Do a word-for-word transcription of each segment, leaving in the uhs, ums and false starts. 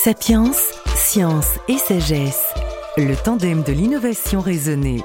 Sapiens, science et sagesse, le tandem de l'innovation raisonnée.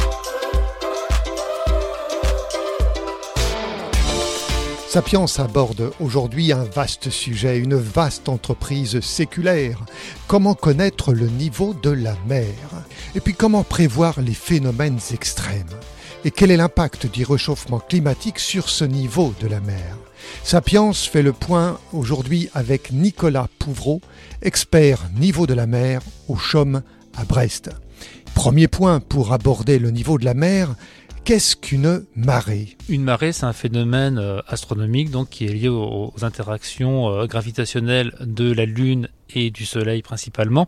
Sapiens aborde aujourd'hui un vaste sujet, une vaste entreprise séculaire. Comment connaître le niveau de la mer? Et puis comment prévoir les phénomènes extrêmes? Et quel est l'impact du réchauffement climatique sur ce niveau de la mer? Sapiens fait le point aujourd'hui avec Nicolas Pouvreau, expert niveau de la mer au CHUM à Brest. Premier point pour aborder le niveau de la mer. Qu'est-ce qu'une marée? Une marée, c'est un phénomène astronomique donc, qui est lié aux, aux interactions gravitationnelles de la Lune et du Soleil principalement.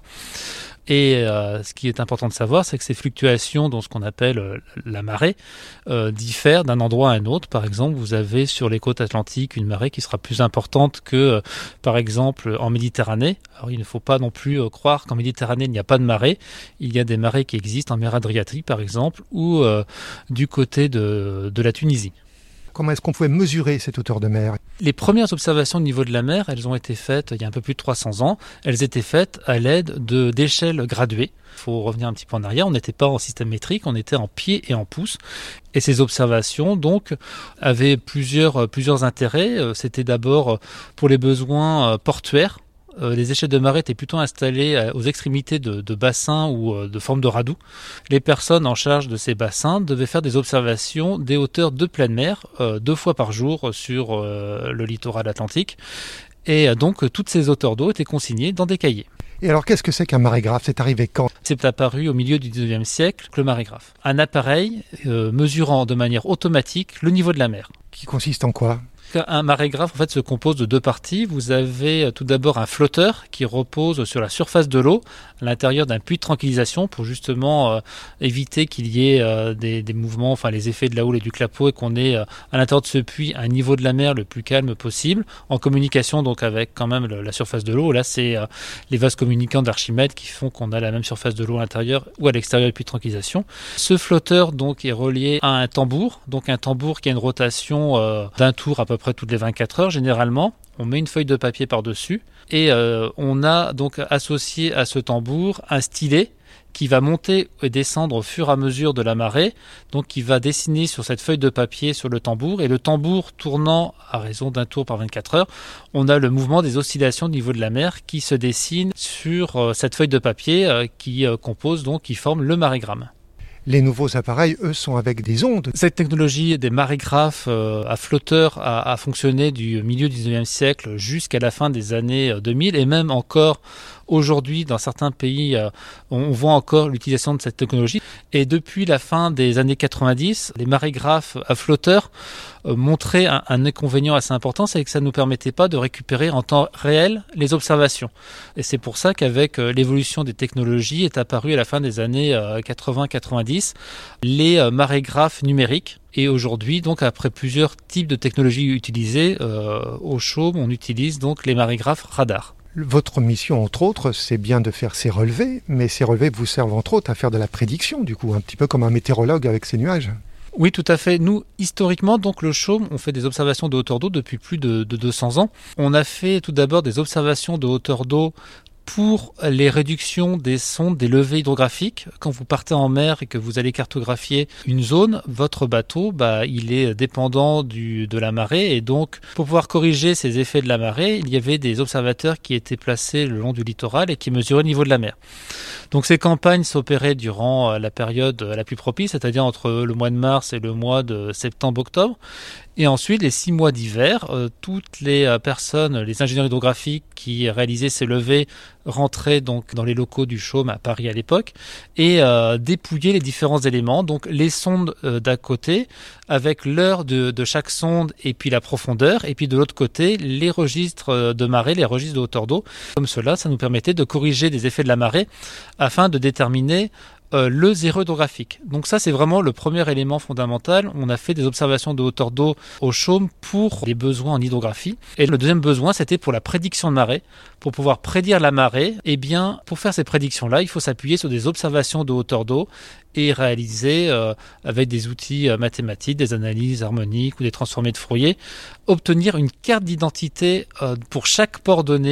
Et euh, ce qui est important de savoir, c'est que ces fluctuations, dans ce qu'on appelle euh, la marée, euh, diffèrent d'un endroit à un autre. Par exemple, vous avez sur les côtes atlantiques une marée qui sera plus importante que, euh, par exemple, en Méditerranée. Alors, il ne faut pas non plus euh, croire qu'en Méditerranée, il n'y a pas de marée. Il y a des marées qui existent en mer Adriatique, par exemple, ou euh, du côté de, de la Tunisie. Comment est-ce qu'on pouvait mesurer cette hauteur de mer? Les premières observations au niveau de la mer, elles ont été faites il y a un peu plus de trois cents ans. Elles étaient faites à l'aide de, d'échelles graduées. Il faut revenir un petit peu en arrière. On n'était pas en système métrique, on était en pieds et en pouces. Et ces observations, donc, avaient plusieurs, plusieurs intérêts. C'était d'abord pour les besoins portuaires. Les échelles de marée étaient plutôt installées aux extrémités de, de bassins ou de formes de radoux. Les personnes en charge de ces bassins devaient faire des observations des hauteurs de pleine mer euh, deux fois par jour sur euh, le littoral atlantique. Et donc, toutes ces hauteurs d'eau étaient consignées dans des cahiers. Et alors, qu'est-ce que c'est qu'un marégraphe? C'est arrivé quand? C'est apparu au milieu du dix-neuvième siècle, le marégraphe. Un appareil euh, mesurant de manière automatique le niveau de la mer. Qui consiste en quoi? Un marégraphe en fait se compose de deux parties. Vous avez tout d'abord un flotteur qui repose sur la surface de l'eau à l'intérieur d'un puits de tranquillisation pour justement euh, éviter qu'il y ait euh, des, des mouvements, enfin les effets de la houle et du clapot, et qu'on ait euh, à l'intérieur de ce puits un niveau de la mer le plus calme possible, en communication donc avec quand même le, la surface de l'eau. Là c'est euh, les vases communicants d'Archimède qui font qu'on a la même surface de l'eau à l'intérieur ou à l'extérieur du puits de tranquillisation. Ce flotteur donc est relié à un tambour, donc un tambour qui a une rotation euh, d'un tour à peu près toutes les vingt-quatre heures généralement. On met une feuille de papier par-dessus et euh, on a donc associé à ce tambour un stylet qui va monter et descendre au fur et à mesure de la marée, donc qui va dessiner sur cette feuille de papier sur le tambour, et le tambour tournant à raison d'un tour par vingt-quatre heures, on a le mouvement des oscillations au niveau de la mer qui se dessine sur euh, cette feuille de papier euh, qui euh, compose donc, qui forme le marégramme. Les nouveaux appareils, eux, sont avec des ondes. Cette technologie des marégraphes euh, à flotteur a, a fonctionné du milieu du dix-neuvième siècle jusqu'à la fin des années deux mille, et même encore aujourd'hui, dans certains pays, euh, on voit encore l'utilisation de cette technologie. Et depuis la fin des années quatre-vingt-dix, les marégraphes à flotteur euh, montraient un, un inconvénient assez important, c'est que ça ne nous permettait pas de récupérer en temps réel les observations. Et c'est pour ça qu'avec euh, l'évolution des technologies est apparu à la fin des années euh, quatre-vingts quatre-vingt-dix les euh, marégraphes numériques. Et aujourd'hui, donc après plusieurs types de technologies utilisées, euh, au CHUM, on utilise donc les marégraphes radars. Votre mission, entre autres, c'est bien de faire ces relevés, mais ces relevés vous servent entre autres à faire de la prédiction, du coup, un petit peu comme un météorologue avec ses nuages. Oui, tout à fait. Nous, historiquement, donc le CHUM, on fait des observations de hauteur d'eau depuis plus de, de deux cents ans. On a fait tout d'abord des observations de hauteur d'eau pour les réductions des sondes, des levées hydrographiques. Quand vous partez en mer et que vous allez cartographier une zone, votre bateau, bah, il est dépendant du, de la marée, et donc pour pouvoir corriger ces effets de la marée, il y avait des observateurs qui étaient placés le long du littoral et qui mesuraient le niveau de la mer. Donc ces campagnes s'opéraient durant la période la plus propice, c'est-à-dire entre le mois de mars et le mois de septembre-octobre. Et ensuite, les six mois d'hiver, euh, toutes les euh, personnes, les ingénieurs hydrographiques qui réalisaient ces levées rentraient donc dans les locaux du CHUM à Paris à l'époque et euh, dépouillaient les différents éléments, donc les sondes euh, d'un côté avec l'heure de, de chaque sonde et puis la profondeur, et puis de l'autre côté les registres de marée, les registres de hauteur d'eau. Comme cela, ça nous permettait de corriger des effets de la marée afin de déterminer Euh, le zéro hydrographique. Donc ça, c'est vraiment le premier élément fondamental. On a fait des observations de hauteur d'eau au CHUM pour les besoins en hydrographie. Et le deuxième besoin, c'était pour la prédiction de marée. Pour pouvoir prédire la marée, eh bien, pour faire ces prédictions-là, il faut s'appuyer sur des observations de hauteur d'eau et réaliser euh, avec des outils euh, mathématiques, des analyses harmoniques ou des transformés de Fourier, obtenir une carte d'identité euh, pour chaque port donné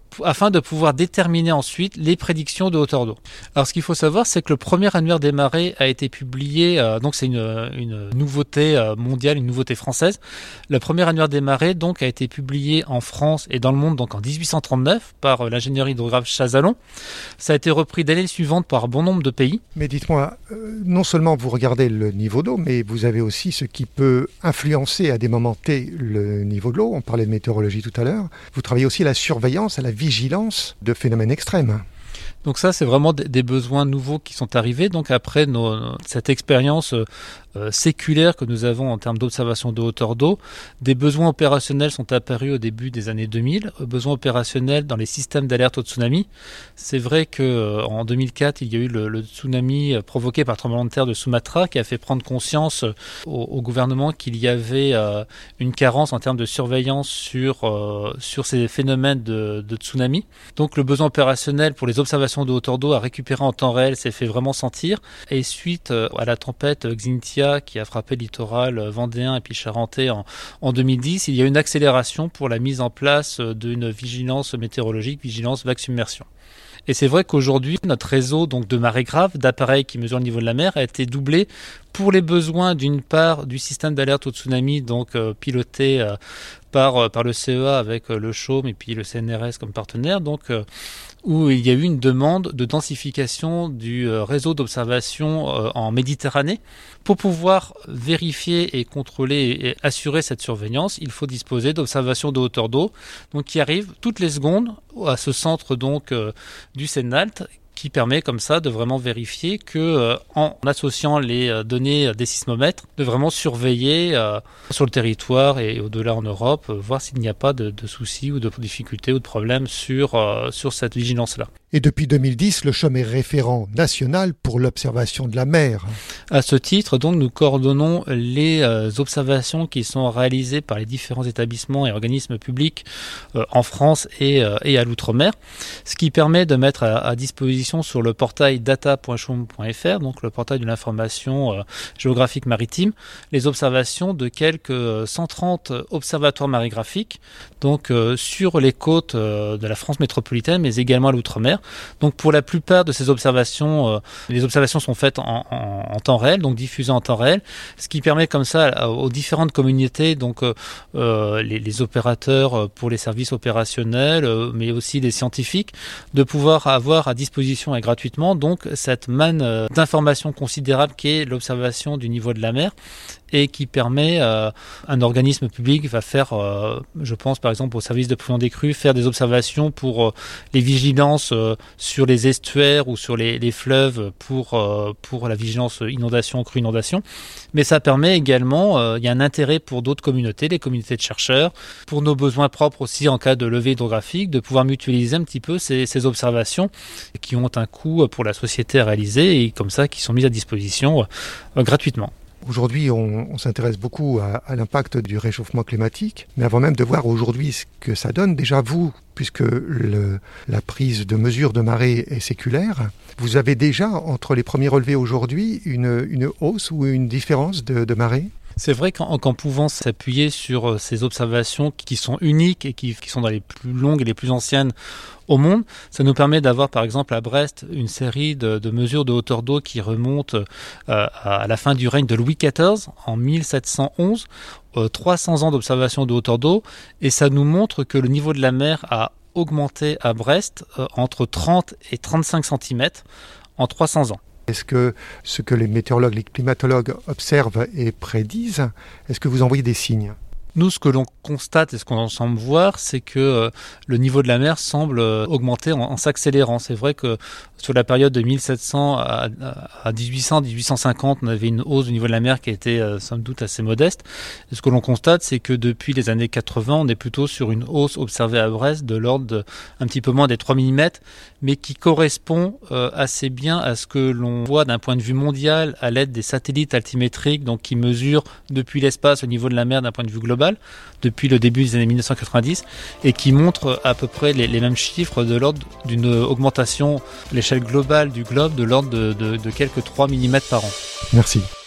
afin de pouvoir déterminer ensuite les prédictions de hauteur d'eau. Alors ce qu'il faut savoir, c'est que le premier annuaire des marées a été publié, euh, donc c'est une, une nouveauté euh, mondiale, une nouveauté française. Le premier annuaire des marées donc a été publié en France et dans le monde donc en dix-huit cent trente-neuf par euh, l'ingénieur hydrographe Chazalon. Ça a été repris dès l'année suivante par bon nombre de pays. Mais dites-moi, euh, non seulement vous regardez le niveau d'eau, mais vous avez aussi ce qui peut influencer à des moments T le niveau de l'eau. On parlait de météorologie tout à l'heure. Vous travaillez aussi à la surveillance, à la vigilance de phénomènes extrêmes. Donc ça, c'est vraiment des besoins nouveaux qui sont arrivés. Donc après nos, cette expérience euh, séculaire que nous avons en termes d'observation de hauteur d'eau, des besoins opérationnels sont apparus au début des années deux mille. Besoins opérationnels dans les systèmes d'alerte au tsunami. C'est vrai que euh, en deux mille quatre, il y a eu le, le tsunami provoqué par le tremblement de terre de Sumatra qui a fait prendre conscience au, au gouvernement qu'il y avait euh, une carence en termes de surveillance sur euh, sur ces phénomènes de, de tsunami. Donc le besoin opérationnel pour les observations de hauteur d'eau à récupérer en temps réel s'est fait vraiment sentir. Et suite à la tempête Xynthia qui a frappé le littoral vendéen et puis charentais en, en deux mille dix, il y a une accélération pour la mise en place d'une vigilance météorologique, vigilance vague submersion. Et c'est vrai qu'aujourd'hui, notre réseau donc de marées graves, d'appareils qui mesurent le niveau de la mer, a été doublé pour les besoins d'une part du système d'alerte au tsunami, donc euh, piloté euh, par, euh, par le C E A avec euh, le CHOM et puis le C N R S comme partenaire, donc euh, où il y a eu une demande de densification du euh, réseau d'observation euh, en Méditerranée. Pour pouvoir vérifier et contrôler et assurer cette surveillance, il faut disposer d'observations de hauteur d'eau, donc qui arrivent toutes les secondes à ce centre donc euh, du CNALT, qui permet comme ça de vraiment vérifier que, euh, en associant les euh, données des sismomètres, de vraiment surveiller euh, sur le territoire et au-delà en Europe, euh, voir s'il n'y a pas de, de soucis ou de difficultés ou de problèmes sur, euh, sur cette vigilance-là. Et depuis deux mille dix, le CHOM est référent national pour l'observation de la mer. À ce titre, donc, nous coordonnons les euh, observations qui sont réalisées par les différents établissements et organismes publics euh, en France et, euh, et à l'outre-mer, ce qui permet de mettre à, à disposition sur le portail data point chom point f r, donc le portail de l'information euh, géographique maritime, les observations de quelques cent trente observatoires marégraphiques, donc euh, sur les côtes euh, de la France métropolitaine, mais également à l'outre-mer. Donc pour la plupart de ces observations, euh, les observations sont faites en, en, en temps réel, donc diffusées en temps réel, ce qui permet comme ça aux différentes communautés, donc euh, les, les opérateurs pour les services opérationnels, euh, mais aussi les scientifiques, de pouvoir avoir à disposition et gratuitement donc cette manne euh, d'informations considérable qu'est l'observation du niveau de la mer, et qui permet, euh, un organisme public va faire, euh, je pense par exemple au service de prévision des crues, faire des observations pour euh, les vigilances euh, sur les estuaires ou sur les, les fleuves pour, euh, pour la vigilance inondation, crue inondation. Mais ça permet également, euh, il y a un intérêt pour d'autres communautés, les communautés de chercheurs, pour nos besoins propres aussi en cas de levée hydrographique, de pouvoir mutualiser un petit peu ces, ces observations qui ont un coût pour la société à réaliser et comme ça qui sont mises à disposition euh, gratuitement. Aujourd'hui, on, on s'intéresse beaucoup à, à l'impact du réchauffement climatique, mais avant même de voir aujourd'hui ce que ça donne, déjà vous, puisque le, la prise de mesure de marée est séculaire, vous avez déjà, entre les premiers relevés aujourd'hui, une, une hausse ou une différence de, de marée ? C'est vrai qu'en, qu'en pouvant s'appuyer sur ces observations qui sont uniques et qui, qui sont dans les plus longues et les plus anciennes au monde, ça nous permet d'avoir par exemple à Brest une série de, de mesures de hauteur d'eau qui remontent euh, à la fin du règne de Louis quatorze en mille sept cent onze, euh, trois cents ans d'observation de hauteur d'eau, et ça nous montre que le niveau de la mer a augmenté à Brest euh, entre trente et trente-cinq centimètres en trois cents ans. Est-ce que ce que les météorologues, les climatologues observent et prédisent, est-ce que vous en voyez des signes ? Nous, ce que l'on constate et ce qu'on semble voir, c'est que euh, le niveau de la mer semble euh, augmenter en, en s'accélérant. C'est vrai que sur la période de mille sept cents à, à dix-huit cents, dix-huit cent cinquante, on avait une hausse du niveau de la mer qui était euh, somme toute assez modeste. Et ce que l'on constate, c'est que depuis les années quatre-vingts, on est plutôt sur une hausse observée à Brest de l'ordre de un petit peu moins des trois millimètres, mais qui correspond euh, assez bien à ce que l'on voit d'un point de vue mondial à l'aide des satellites altimétriques, donc qui mesurent depuis l'espace au niveau de la mer d'un point de vue global, depuis le début des années mille neuf cent quatre-vingt-dix, et qui montre à peu près les, les mêmes chiffres de l'ordre d'une augmentation à l'échelle globale du globe de l'ordre de, de, de quelques trois millimètres par an. Merci.